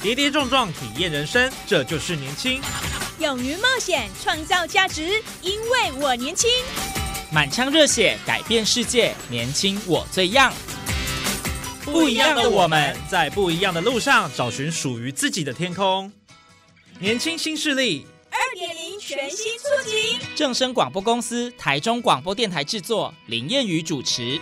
跌跌撞撞体验人生，这就是年轻。 勇于冒险，创造价值，因为我年轻。 满腔热血，改变世界，年轻我最样。 不一样的我们，在不一样的路上找寻属于自己的天空。年轻新势力 2.0全新出击， 正声广播公司台中广播电台制作，林燕瑜主持。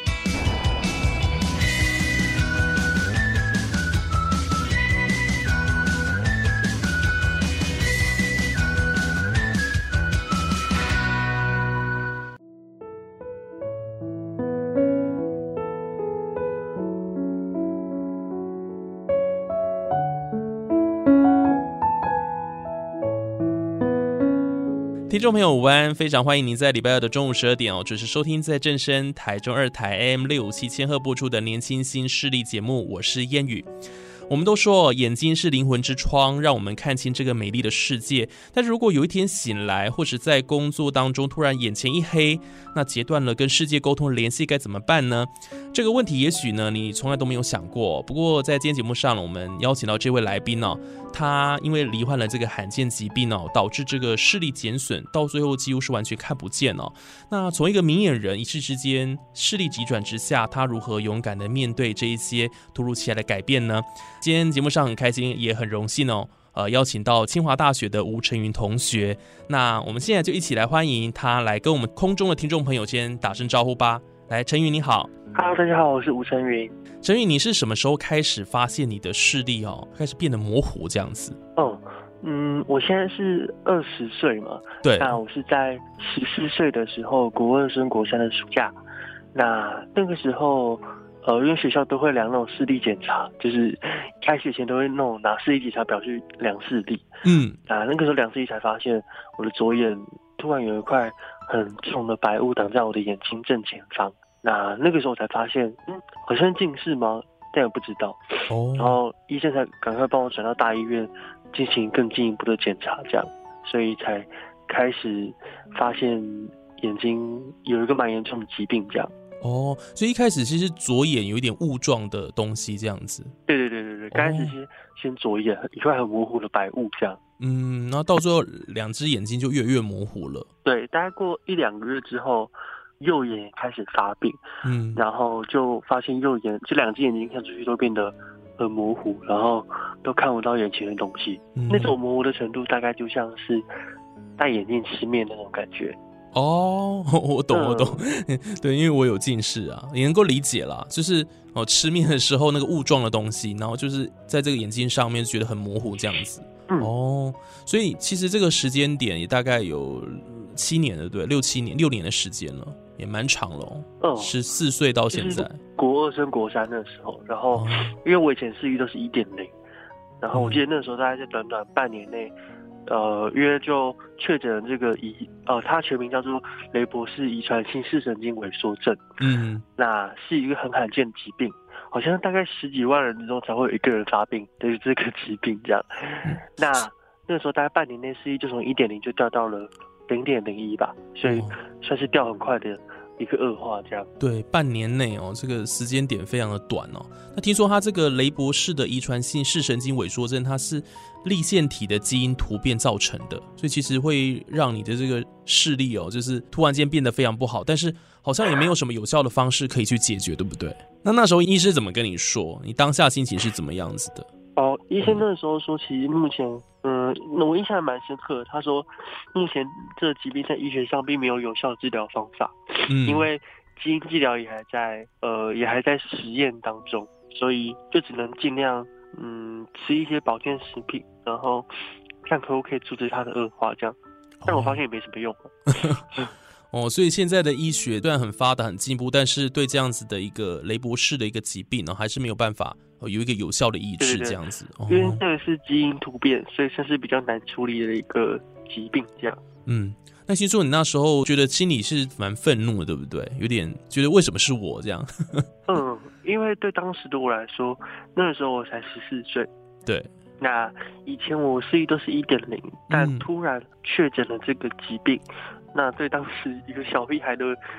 听众朋友午安，非常欢迎您在礼拜二的中午12点准时收听在正声台中2台 AM657千赫播出的年轻新势力节目，我是燕语。我们都说眼睛是灵魂之窗，让我们看清这个美丽的世界，但是如果有一天醒来，或是在工作当中突然眼前一黑，那截断了跟世界沟通的联系该怎么办呢？这个问题也许呢你从来都没有想过，不过在今天节目上我们邀请到这位来宾他因为罹患了这个罕见疾病导致这个视力减损，到最后几乎是完全看不见那从一个明眼人一时之间视力急转直下，他如何勇敢的面对这一些突如其来的改变呢？今天节目上很开心，也很荣幸邀请到清华大学的吴晨云同学。那我们现在就一起来欢迎他来跟我们空中的听众朋友先打声招呼吧。来，晨云你好。 Hello， 大家好，我是吴晨云。 晨云，你是什么时候开始发现你的视力开始变得模糊这样子？ 我现在是20岁嘛， 对。 那我是在14岁的时候，国2升国3的暑假。那个时候，因为学校都会量那种视力检查，就是开学前都会拿视力检查表去量视力。那个时候量视力才发现，我的左眼突然有一块很重的白雾挡在我的眼睛正前方。那个时候我才发现，好像近视吗？但也不知道。然后医生才赶快帮我转到大医院进行更进一步的检查，这样，所以才开始发现眼睛有一个蛮严重的疾病，这样。 所以一开始其实左眼有一点雾状的东西，这样子。对， 刚开始先左眼一块很模糊的白雾，这样。 然后到最后两只眼睛就越来越模糊了。 对，大概过1-2个月之后，右眼开始发病，然后就发现右眼这2只眼睛看出去都变得很模糊，然后都看不到眼前的东西。那种模糊的程度大概就像是戴眼镜吃面那种感觉。 我懂。对，因为我有近视也能够理解啦，就是吃面的时候那个雾状的东西，然后就是在这个眼睛上面觉得很模糊这样子。所以其实这个时间点也大概有7年了，对，6年的时间了，也蛮长了14岁到现在， 国2升国3那时候。然后因为我以前视力都是 1.0， 然后我记得那时候大概在短短半年内，因为就确诊这个它全名叫做雷博氏遗传性视神经萎缩症。那是一个很罕见的疾病，好像大概10几万人之中才会有1个人发病的这个疾病这样。那个时候大概半年内视力就从 1.0 就掉到了 0.01 吧，所以算是掉很快的一个恶化这样。 对，半年内这个时间点非常的短那听说他这个雷博氏的遗传性视神经萎缩症，它是粒线体的基因突变造成的，所以其实会让你的这个视力就是突然间变得非常不好，但是好像也没有什么有效的方式可以去解决，对不对？那时候医师怎么跟你说？你当下心情是怎么样子的？ 医生那时候说，其实目前，我印象还蛮深刻的。他说，目前这个疾病在医学上并没有有效治疗方法，因为基因治疗也还在实验当中，所以就只能尽量吃一些保健食品，然后看可不可以阻止它的恶化这样。但我发现也没什么用。 所以现在的医学虽然很发达很进步，但是对这样子的一个雷博氏的一个疾病还是没有办法有一个有效的医治这样子。 因为这个是基因突变，所以算是比较难处理的一个疾病这样。 那听说你那时候觉得心里是蛮愤怒的，对不对？有点觉得为什么是我这样？ 因为对当时的我来说，那个时候我才14岁。 对。 那以前我视力都是 1.0， 但突然确诊了这个疾病，那对当时一个小屁孩的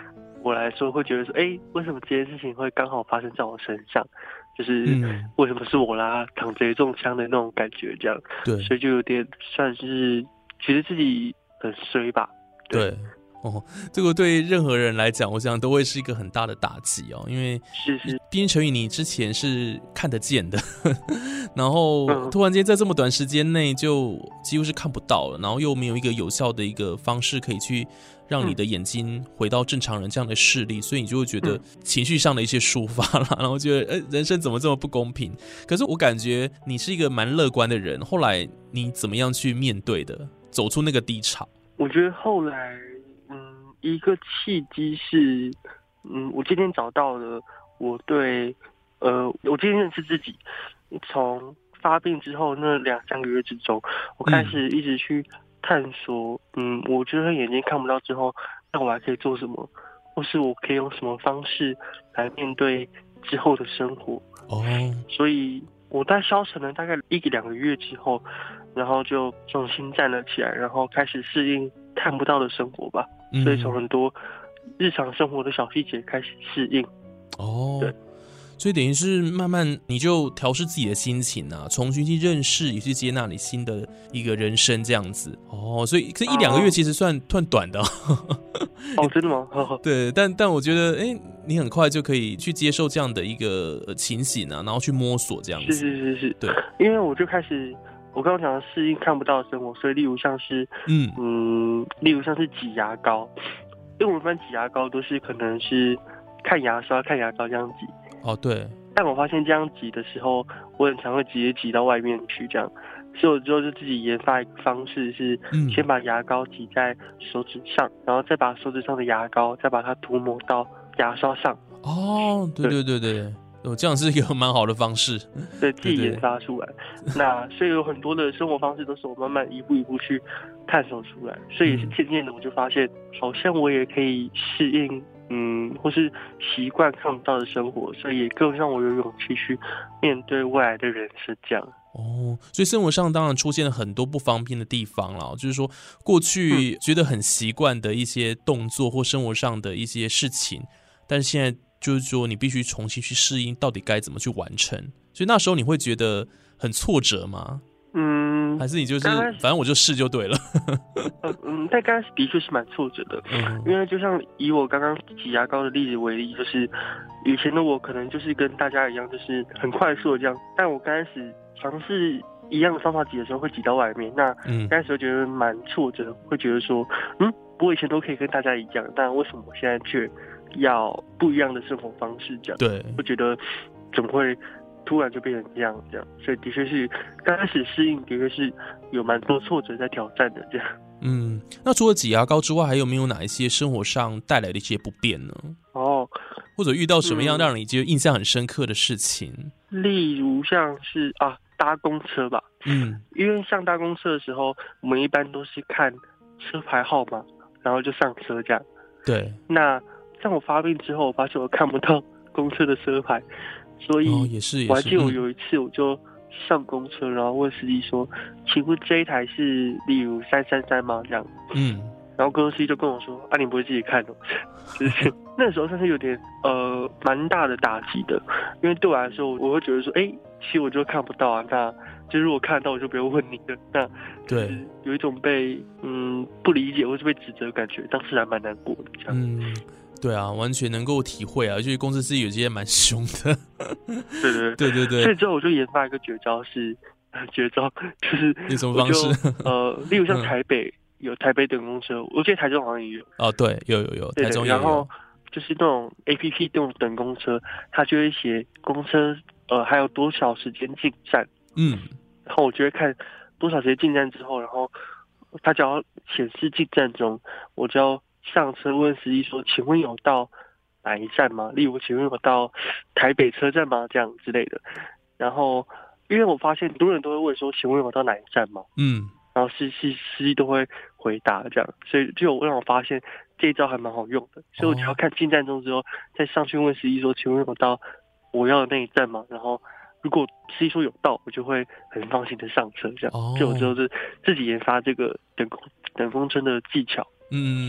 我来说会觉得说，为什么这件事情会刚好发生在我身上？就是为什么是我啦，躺贼中枪的那种感觉，这样。 对， 所以就有点算是觉得自己很衰吧。 对。这个对任何人来讲，我想都会是一个很大的打击哦，因为毕竟陈宇你之前是看得见的，然后突然间在这么短时间内就几乎是看不到了，然后又没有一个有效的一个方式可以去让你的眼睛回到正常人这样的视力，所以你就会觉得情绪上的一些抒发啦，然后觉得人生怎么这么不公平？可是我感觉你是一个蛮乐观的人，后来你怎么样去面对的，走出那个低潮？ 我觉得后来。一个契机是，我今天找到了我对，我今天认识自己。从发病之后那2-3个月之中，我开始一直去探索，我觉得眼睛看不到之后，那我还可以做什么，或是我可以用什么方式来面对之后的生活。所以我在消沉了大概1-2个月之后，然后就重新站了起来，然后开始适应看不到的生活吧。所以从很多日常生活的小细节开始适应。对， 所以等于是慢慢你就调试自己的心情啊，重新去认识也去接纳你新的一个人生这样子。所以这1-2个月其实算短的。 真的吗？ 对，但我觉得你很快就可以去接受这样的一个情形啊，然后去摸索这样子。 是， 对， 因为我就开始。我刚刚讲的适应看不到的生活，所以例如像是挤牙膏，因为我们一般挤牙膏都是可能是看牙刷、看牙膏这样挤。 对。 但我发现这样挤的时候，我很常会直接挤到外面去，这样。所以我之后就自己研发一个方式，是先把牙膏挤在手指上，然后再把手指上的牙膏再把它涂抹到牙刷上。 对。这样是一个蛮好的方式， 对，自己研发出来。那所以有很多的生活方式都是我慢慢一步一步去探索出来，所以也是渐渐的我就发现，好像我也可以适应，或是习惯看不到的生活，所以也更让我有勇气去面对未来的人生这样。 所以生活上当然出现了很多不方便的地方啦，就是说过去觉得很习惯的一些动作或生活上的一些事情，但是现在就是说你必须重新去适应到底该怎么去完成，所以那时候你会觉得很挫折吗？还是你就是反正我就试就对了。 但刚开始的确是蛮挫折的，因为就像以我刚刚挤牙膏的例子为例，就是以前的我可能就是跟大家一样，就是很快速的这样，但我刚开始尝试一样的方法挤的时候会挤到外面，那刚开始会觉得蛮挫折，会觉得说，我以前都可以跟大家一样，但为什么我现在却要不一样的生活方式这样？ 对， 会觉得怎么会突然就变成这样，所以的确是刚开始适应，的确是有蛮多挫折在挑战的这样。 那除了挤牙膏之外，还有没有哪一些生活上带来的一些不便呢？或者遇到什么样让你觉得印象很深刻的事情？ 例如像是搭公车吧，因为像搭公车的时候，我们一般都是看车牌号码，然后就上车这样。 对。 那在我发病之后，我发现我看不到公车的车牌，所以我还记得我有一次我就上公车，然后问司机说：“请问这一台是例如333吗？”这样。然后公车司机就跟我说：“你不会自己看哦。”就是那时候算是有点蛮大的打击的，因为对我来说，我会觉得说，其实我就看不到啊，那就如果看得到我就不用问你了，那对， 有一种被不理解或是被指责的感觉，当时还蛮难过的这样。 对啊，完全能够体会啊，而且公司司机有些蛮凶的。对。 所以之后我就研发一个绝招就是有什么方式？ 例如像台北有台北等公车，我记得台中好像也有。 对，有，台中也有。 然后就是那种 APP 那种等公车，它就会写公车还有多少时间进站。然后我就会看多少时间进站之后，然后它只要显示进站中，我就要上车问司机说：“请问有到哪一站吗？”例如请问有到台北车站吗？这样之类的。然后因为我发现很多人都会问说：“请问有到哪一站吗？”然后司机都会回答这样，所以就让我发现这一招还蛮好用的。所以我只要看进站中之后，再上去问司机说：“请问有到我要的那一站吗？”然后如果司机说有到，我就会很放心的上车这样。就我之后是自己研发这个等公车的技巧。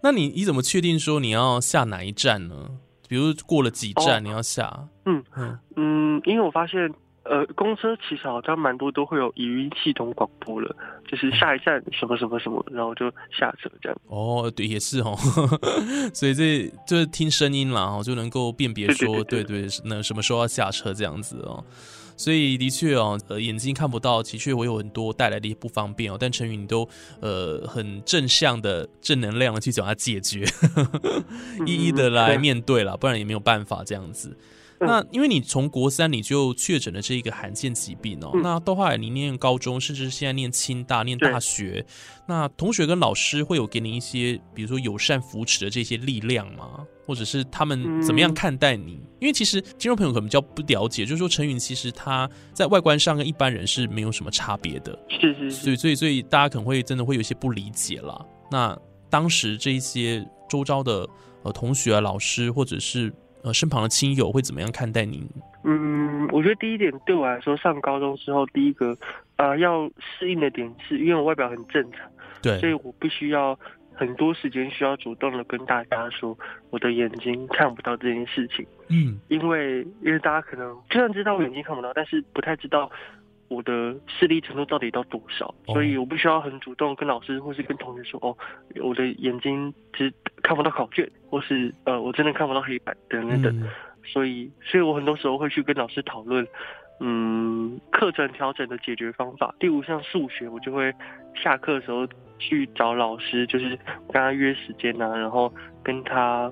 那你怎么确定说你要下哪一站呢？比如过了几站你要下？ 因为我发现公车其实好像蛮多都会有语音系统广播了，就是下一站什么什么什么，然后就下车这样。 哦，对，也是哦，所以这就是听声音啦，就能够辨别说，对，那什么时候要下车这样子哦。所以的确哦，眼睛看不到，的确会有很多带来的一些不方便哦。但承宇你都很正向的正能量的去找他解决，一一的来面对啦，不然也没有办法这样子。那因为你从国3你就确诊了这一个罕见疾病哦，那到后来你念高中，甚至现在念清大、念大学，那同学跟老师会有给你一些，比如说友善扶持的这些力量吗？或者是他们怎么样看待你？因为其实听众朋友可能比较不了解，就是说承宇其实他在外观上跟一般人是没有什么差别的，是，所以大家可能会真的会有一些不理解啦。那当时这一些周遭的同学啊、老师或者是身旁的亲友会怎么样看待您？ 我觉得第一点对我来说，上高中之后第一个要适应的点是，因为我外表很正常， 对， 所以我必须要很多时间需要主动的跟大家说我的眼睛看不到这件事情。因为大家可能就算知道我眼睛看不到，但是不太知道我的视力程度到底到多少，所以我必须要很主动跟老师或是跟同学说，我的眼睛只看不到考卷，或是我真的看不到黑板等等。所以我很多时候会去跟老师讨论课程调整的解决方法。例如像数学，我就会下课的时候去找老师，就是跟他约时间啊，然后跟他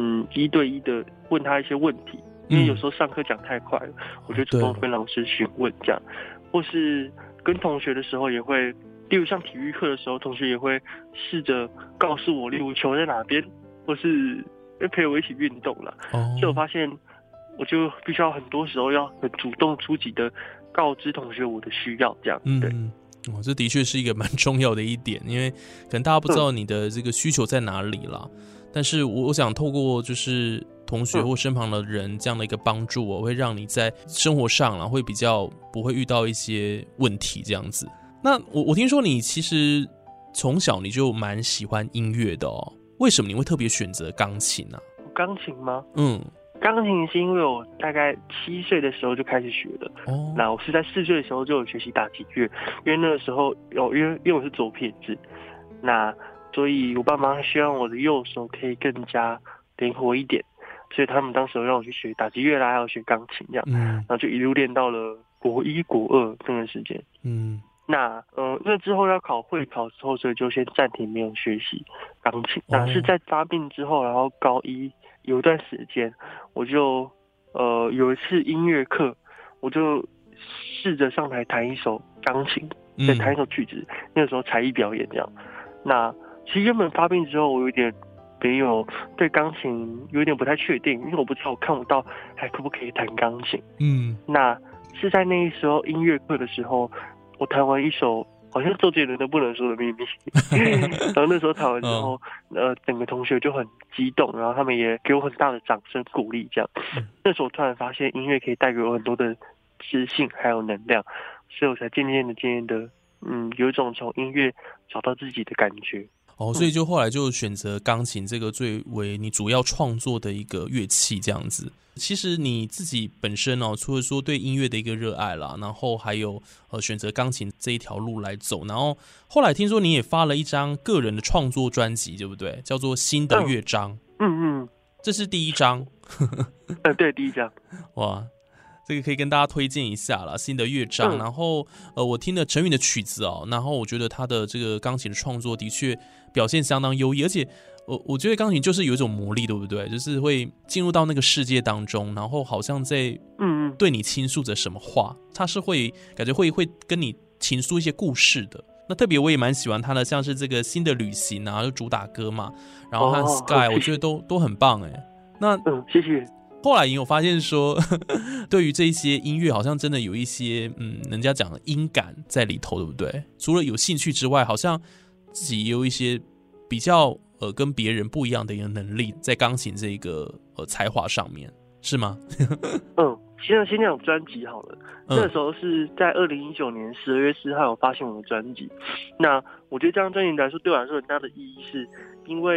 1对1的问他一些问题，因为有时候上课讲太快了，我就主动跟老师询问这样。或是跟同学的时候也会，例如像体育课的时候，同学也会试着告诉我，例如球在哪边，或是陪我一起运动了。所以我发现，我就必须要很多时候要很主动出击的告知同学我的需要，这样。对。 这的确是一个蛮重要的一点，因为可能大家不知道你的这个需求在哪里啦。但是我想透过就是同学或身旁的人这样的一个帮助，我会让你在生活上啦会比较不会遇到一些问题这样子。那我听说你其实从小你就蛮喜欢音乐的哦，为什么你会特别选择钢琴啊？ 钢琴吗？钢琴是因为我大概7岁的时候就开始学的。那我是在4岁的时候就有学习打击乐，因为那个时候因为我是左撇子，那所以我爸妈希望我的右手可以更加灵活一点，所以他们当时让我去学打击乐啦，还有学钢琴这样。然后就一路练到了国1、国2这段时间。那之后要考会考之后，所以就先暂停没有学习钢琴。那是在发病之后，然后高1有一段时间，我就有一次音乐课，我就试着上台弹一首钢琴，再弹一首曲子，那个时候才艺表演这样。那其实原本发病之后，我有点没有对钢琴有点不太确定，因为我不知道我看不到还可不可以弹钢琴。那是在那时候音乐课的时候，我弹完一首好像周杰伦的《不能说的秘密》，然后那时候弹完之后，整个同学就很激动，然后他们也给我很大的掌声鼓励，这样。那时候我突然发现音乐可以带给我很多的自信还有能量，所以我才渐渐的，有一种从音乐找到自己的感觉。 所以就后来就选择钢琴这个最为你主要创作的一个乐器这样子。其实你自己本身除了说对音乐的一个热爱啦，然后还有选择钢琴这一条路来走，然后后来听说你也发了一张个人的创作专辑，对不对？叫做《新的乐章》。这是第一张。 对，第一张。 哇，这个可以跟大家推荐一下啦，新的乐章。然后我听了承宇的曲子然后我觉得他的这个钢琴的创作的确表现相当优异，而且我觉得钢琴就是有一种魔力，对不对？就是会进入到那个世界当中，然后好像在对你倾诉着什么话，他是会感觉会跟你倾诉一些故事的。那特别我也蛮喜欢他的，像是这个新的旅行就主打歌嘛，然后和 Sky 我觉得都很棒哎。那谢谢。 后来也有发现说对于这些音乐好像真的有一些人家讲的音感在里头，对不对？除了有兴趣之外，好像自己也有一些比较跟别人不一样的一个能力在钢琴这个才华上面，是吗？ 先讲专辑好了。那时候是在2019年12月4号我发现我的专辑。那我觉得这张专辑来说，对我来说很大的意义，是因为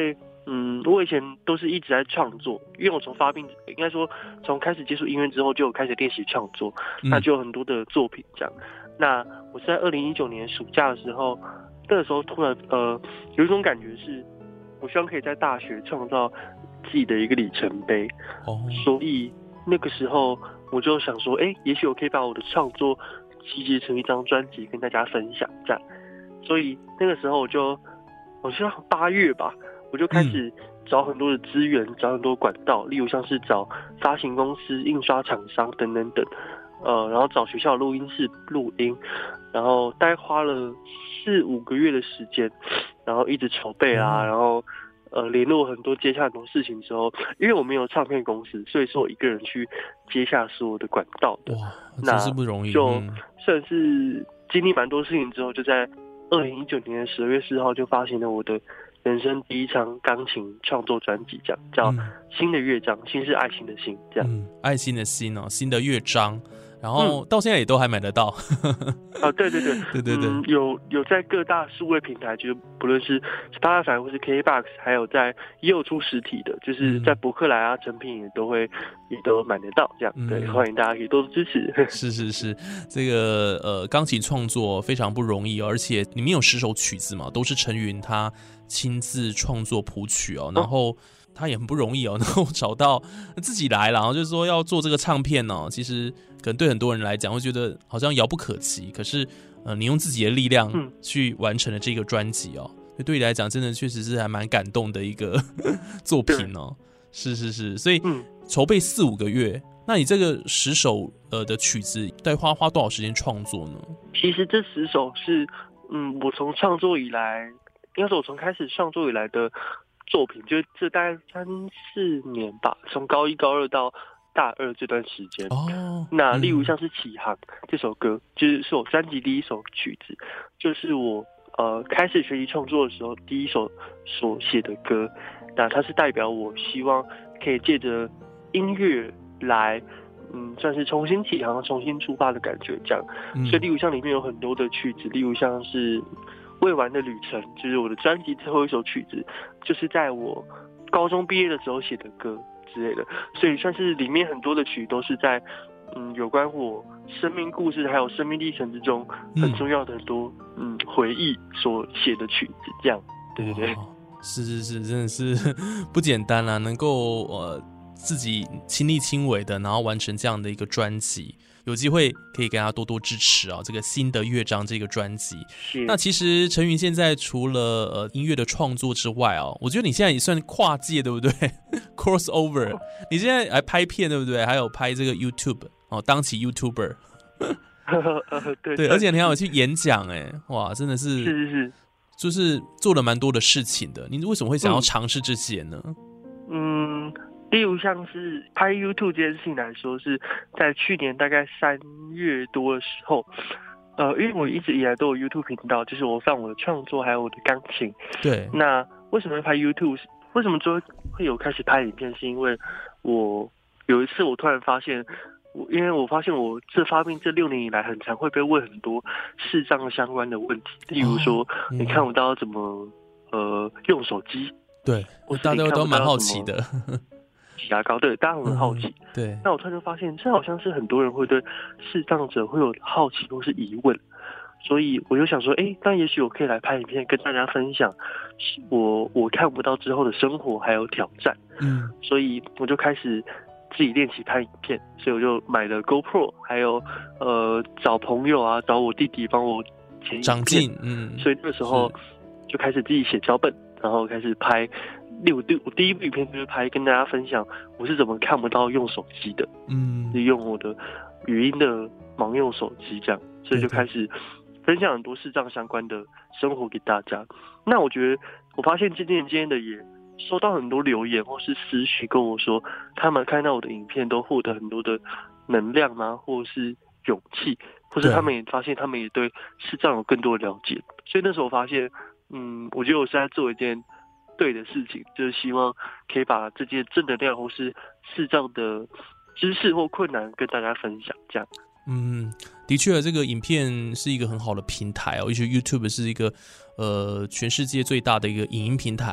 我以前都是一直在创作，因为我从发病，应该说从开始接触音乐之后，就有开始练习创作，那就有很多的作品这样。那我是在2019年暑假的时候，那个时候突然有一种感觉是，我希望可以在大学创造自己的一个里程碑，所以那个时候我就想说，也许我可以把我的创作集结成一张专辑跟大家分享这样。所以那个时候我希望8月吧，我就开始找很多的资源，找很多管道，例如像是找发行公司、印刷厂商等等等，然后找学校录音室录音，然后大概花了4-5个月的时间，然后一直筹备啊，然后联络很多，接下很多事情之后，因为我没有唱片公司，所以说我一个人去接下所有的管道的。 哇，真是不容易。 就算是经历蛮多事情之后，就在2019年12月4号就发行了我的人生第一张钢琴创作专辑，这样叫《新的乐章》，心是爱心的心，这样。 爱心的心哦，新的乐章。然后到现在也都还买得到。 对，有在各大数位平台，就是不论是 Spotify 或是 KKBOX， 还有也有出实体的，就是在博客来啊、成品也都买得到，这样。对，欢迎大家可以多多支持。 是，这个钢琴创作非常不容易，而且里面有10首曲子嘛，都是陈云他亲自创作谱曲哦，然后他也很不容易哦，然后找到自己来了，然后就是说要做这个唱片哦，其实可能对很多人来讲会觉得好像遥不可及，可是你用自己的力量去完成了这个专辑哦，对你来讲真的确实是还蛮感动的一个作品哦。是，所以筹备4-5个月，那你这个10首的曲子大概花多少时间创作呢？ 其实这10首是我从创作以来，应该说我从开始创作以来的作品，就这大概3-4年吧，从高1、高2到大2这段时间。那例如像是《启航》这首歌，就是我专辑第一首曲子，就是我开始学习创作的时候第一首所写的歌。那它是代表我希望可以借着音乐来算是重新启航、重新出发的感觉这样。所以例如像里面有很多的曲子，例如像是未完的旅程，就是我的专辑最后一首曲子，就是在我高中毕业的时候写的歌之类的，所以算是里面很多的曲都是在有关我生命故事还有生命历程之中很重要的很多回忆所写的曲子这样。对， 是，真的是不简单啦，能够自己亲力亲为的，然后完成这样的一个专辑。有机会可以给他多多支持啊！这个新的乐章这个专辑，那其实陈云现在除了音乐的创作之外哦，我觉得你现在也算跨界，对不对？crossover， 你现在还拍片，对不对？还有拍这个 YouTube 哦，当起 YouTuber。对，而且你还有去演讲，哇，真的是，就是做了蛮多的事情的。你为什么会想要尝试这些呢？ 例如像是拍 YouTube 这件事情来说，是在去年大概3月多的时候，因为我一直以来都有 YouTube 频道，就是我放我的创作还有我的钢琴。 对。那为什么会拍 YouTube？ 为什么就会有开始拍影片？是因为我有一次我突然发现，因为我发现我发病这6年以来，很常会被问很多视障相关的问题，例如说你看不到怎么用手机。 对，大家都蛮好奇的。 洗牙膏，对，大家很好奇。 对， 那我突然就发现，这好像是很多人会对视障者会有好奇或是疑问，所以我就想说，那也许我可以来拍影片，跟大家分享我看不到之后的生活还有挑战。所以我就开始自己练习拍影片，所以我就买了 GoPro， 还有找朋友啊，找我弟弟帮我剪影片。所以那个时候就开始自己写脚本，然后开始拍。我第一部影片就是拍跟大家分享我是怎么看不到用手机的，是用我的语音的盲用手机这样，所以就开始分享很多视障相关的生活给大家。那我觉得我发现渐渐的也收到很多留言或是私讯跟我说，他们看到我的影片都获得很多的能量啊，或是勇气，或是他们也发现他们也对视障有更多的了解。所以那时候我发现，我觉得我是在做一件对的事情，就是希望可以把这些正能量或是视障的知识或困难跟大家分享，这样。 的确，这个影片是一个很好的平台哦，尤其 YouTube 是一个全世界最大的一个影音平台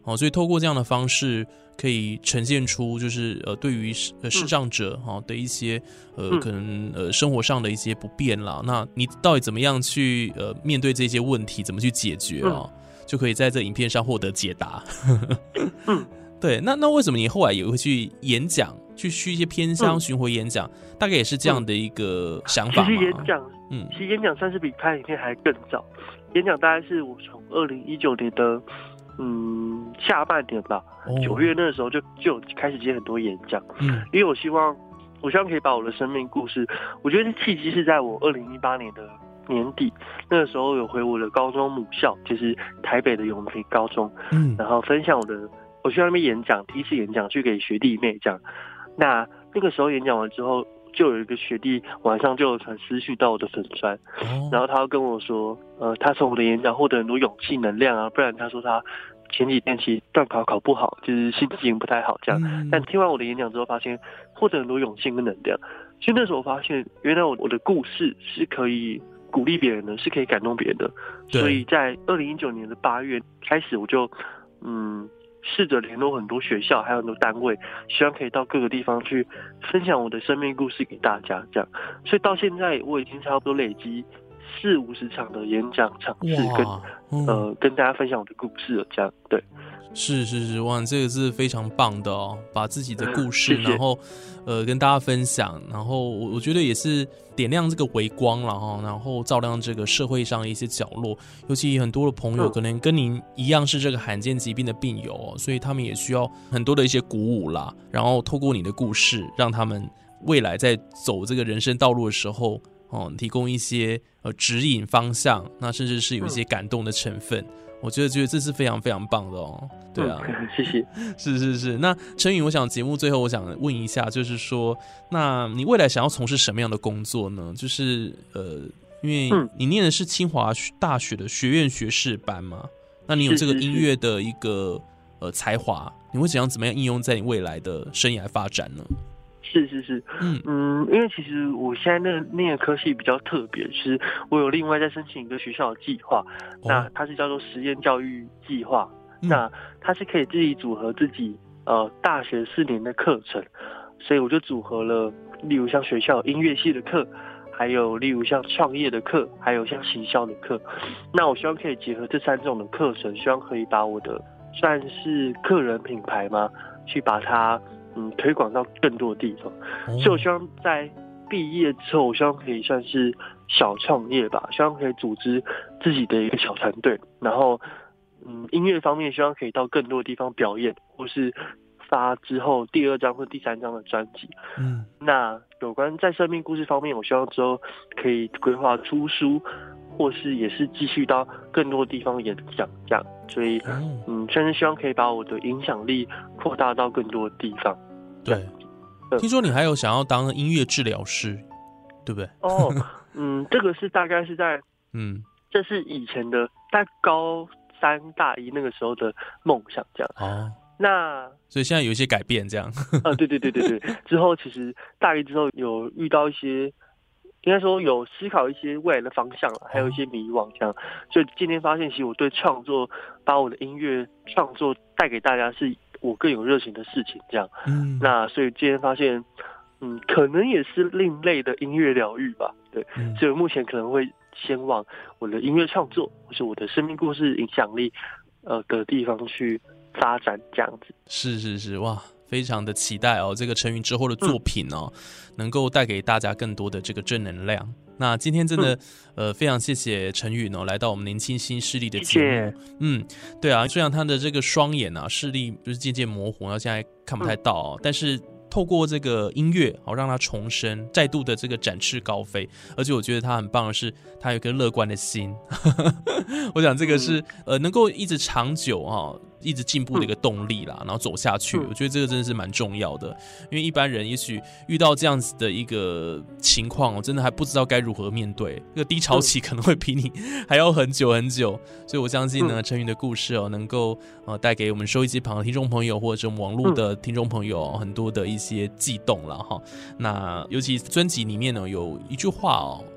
所以透过这样的方式可以呈现出就是对于视障者的一些可能生活上的一些不便啦，那你到底怎么样去面对这些问题，怎么去解决就可以在这影片上获得解答。对，那为什么你后来也会去演讲，去一些偏乡巡回演讲，大概也是这样的一个想法吗？ 其实演讲算是比拍影片还更早。演讲大概是我从2019年的下半年吧，9月那个时候就有开始接很多演讲。因为我希望可以把我的生命故事，我觉得契机是在我2018年的年底，那个时候有回我的高中母校，就是台北的永平高中，然后分享我去那边演讲，第一次演讲去给学弟妹这样。那个时候演讲完之后，就有一个学弟晚上就有传私讯到我的粉专，然后他要跟我说，他从我的演讲获得很多勇气能量啊，不然他说他前几天其实段考不好，就是心情不太好这样。但听完我的演讲之后，发现获得很多勇气跟能量。所以那时候我发现，原来我的故事是可以鼓励别人的，是可以感动别人的。所以在2019年的8月开始，我就试着联络很多学校，还有很多单位，希望可以到各个地方去分享我的生命故事给大家。这样，所以到现在我已经差不多累积40-50场的演讲场次，跟大家分享我的故事了。这样，对。 是，哇，这个是非常棒的把自己的故事然后跟大家分享，然后我觉得也是点亮这个微光啦，然后照亮这个社会上的一些角落，尤其很多的朋友可能跟您一样是这个罕见疾病的病友所以他们也需要很多的一些鼓舞啦，然后透过你的故事让他们未来在走这个人生道路的时候提供一些指引方向，那甚至是有一些感动的成分。我觉得这是非常非常棒的对啊， 谢谢。 是。那陈宇，我想节目最后我想问一下，就是说，那你未来想要从事什么样的工作呢？就是因为你念的是清华大学的学院学士班嘛，那你有这个音乐的一个才华，你会怎么样应用在你未来的生涯发展呢？ 是，因为其实我现在那个科系比较特别，是我有另外在申请一个学校的计划，那它是叫做实验教育计划，那它是可以自己组合自己大学4年的课程，所以我就组合了，例如像学校音乐系的课，还有例如像创业的课，还有像行销的课，那我希望可以结合这3种的课程，希望可以把我的算是个人品牌嘛，去把它推广到更多的地方。所以我希望在毕业之后，我希望可以算是小创业吧，希望可以组织自己的一个小团队，然后音乐方面希望可以到更多的地方表演，或是发之后第2张或第3张的专辑。那有关在生命故事方面，我希望之后可以规划出书，或是也是继续到更多地方演讲这样。所以甚至希望可以把我的影响力扩大到更多的地方。 对，听说你还有想要当音乐治疗师，对不对？ 这个是大概是在这是以前的在高3大1那个时候的梦想这样。那所以现在有一些改变这样。 对。之后其实大1之后有遇到一些，应该说有思考一些未来的方向了，还有一些迷惘这样。所以今天发现，其实我对创作，把我的音乐创作带给大家，是我更有热情的事情这样。那所以今天发现，可能也是另类的音乐疗愈吧。对，所以目前可能会先往我的音乐创作，或是我的生命故事影响力的地方去发展这样子。 是，哇，非常的期待这个陈宇之后的作品能够带给大家更多的这个正能量。那今天真的非常谢谢陈宇来到我们年轻新势力的节目。对啊，虽然他的这个双眼视力就是渐渐模糊，然后现在看不太到但是透过这个音乐让他重生，再度的这个展翅高飞。而且我觉得他很棒的是，他有一颗乐观的心。我想这个是能够一直长久一直进步的一个动力啦，然后走下去。我觉得这个真的是蛮重要的，因为一般人也许遇到这样子的一个情况，真的还不知道该如何面对，这个低潮期可能会比你还要很久很久。所以我相信呢，陈宇的故事能够带给我们收音机旁的听众朋友，或者是我们网络的听众朋友很多的一些悸动了哈。那尤其专辑里面呢有一句话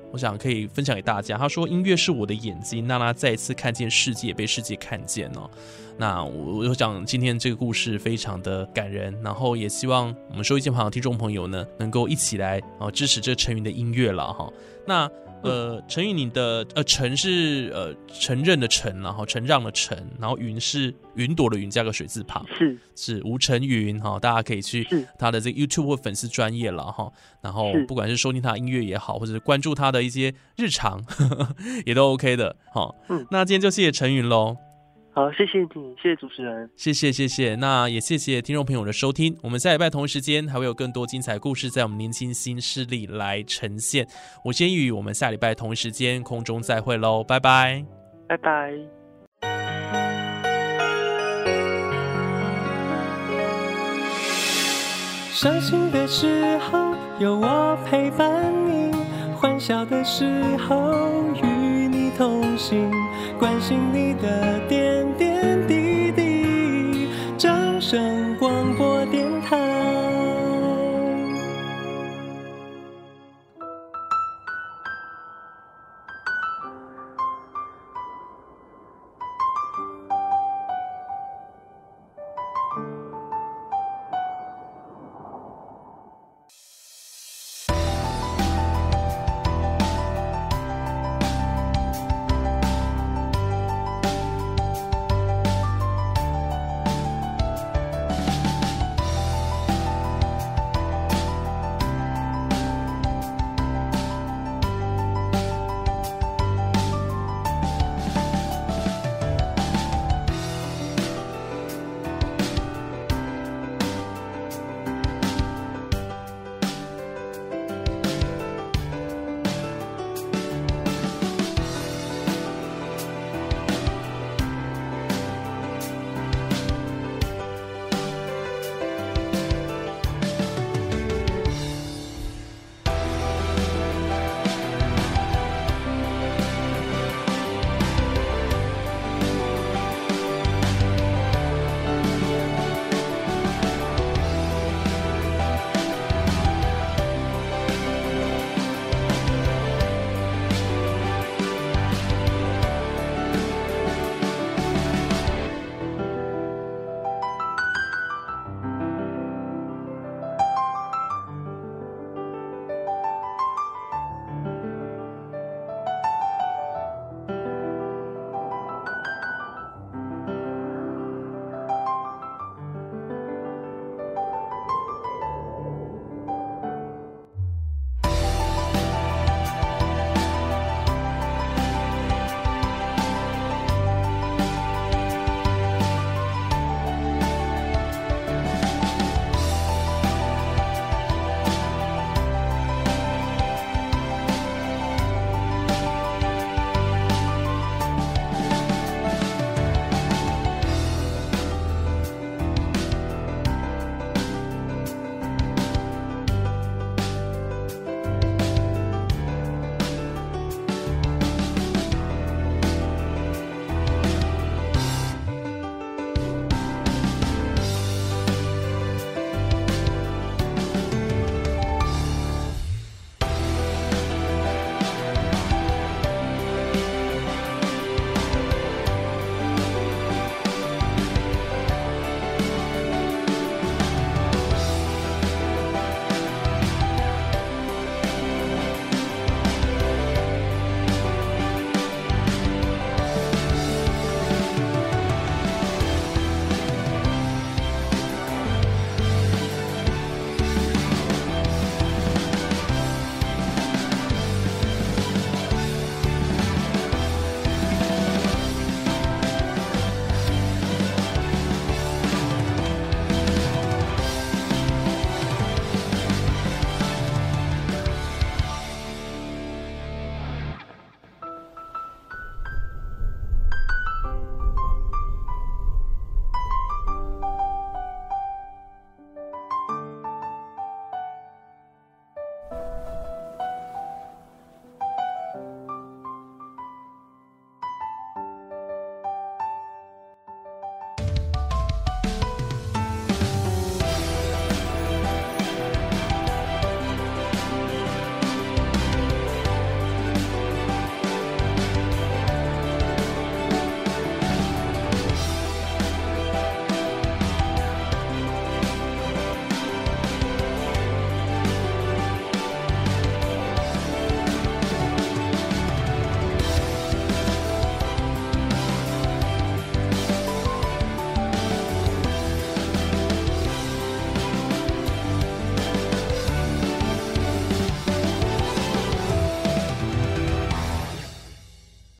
我想可以分享给大家。他说音乐是我的眼睛，让他再一次看见世界，被世界看见哦。那我想今天这个故事非常的感人，然后也希望我们收音机旁的听众朋友呢，能够一起来支持这陈云的音乐了哈。那陈云，你的陈是承认的承，然后承让的承，然后云是云朵的云加个水字旁，是吴承云哈，大家可以去他的这个 YouTube 或粉丝专页了哈。然后不管是收听他的音乐也好，或者是关注他的一些日常也都 OK 的哈。那今天就谢谢陈云喽。 好，谢谢你，谢谢主持人， 谢谢。那也谢谢听众朋友的收听，我们下礼拜同一时间还会有更多精彩故事在我们年轻新势力来呈现。我是烟雨，我们下礼拜同一时间空中再会喽，拜拜， 拜拜。 伤心的时候有我陪伴你，欢笑的时候与你同行，关心你的点点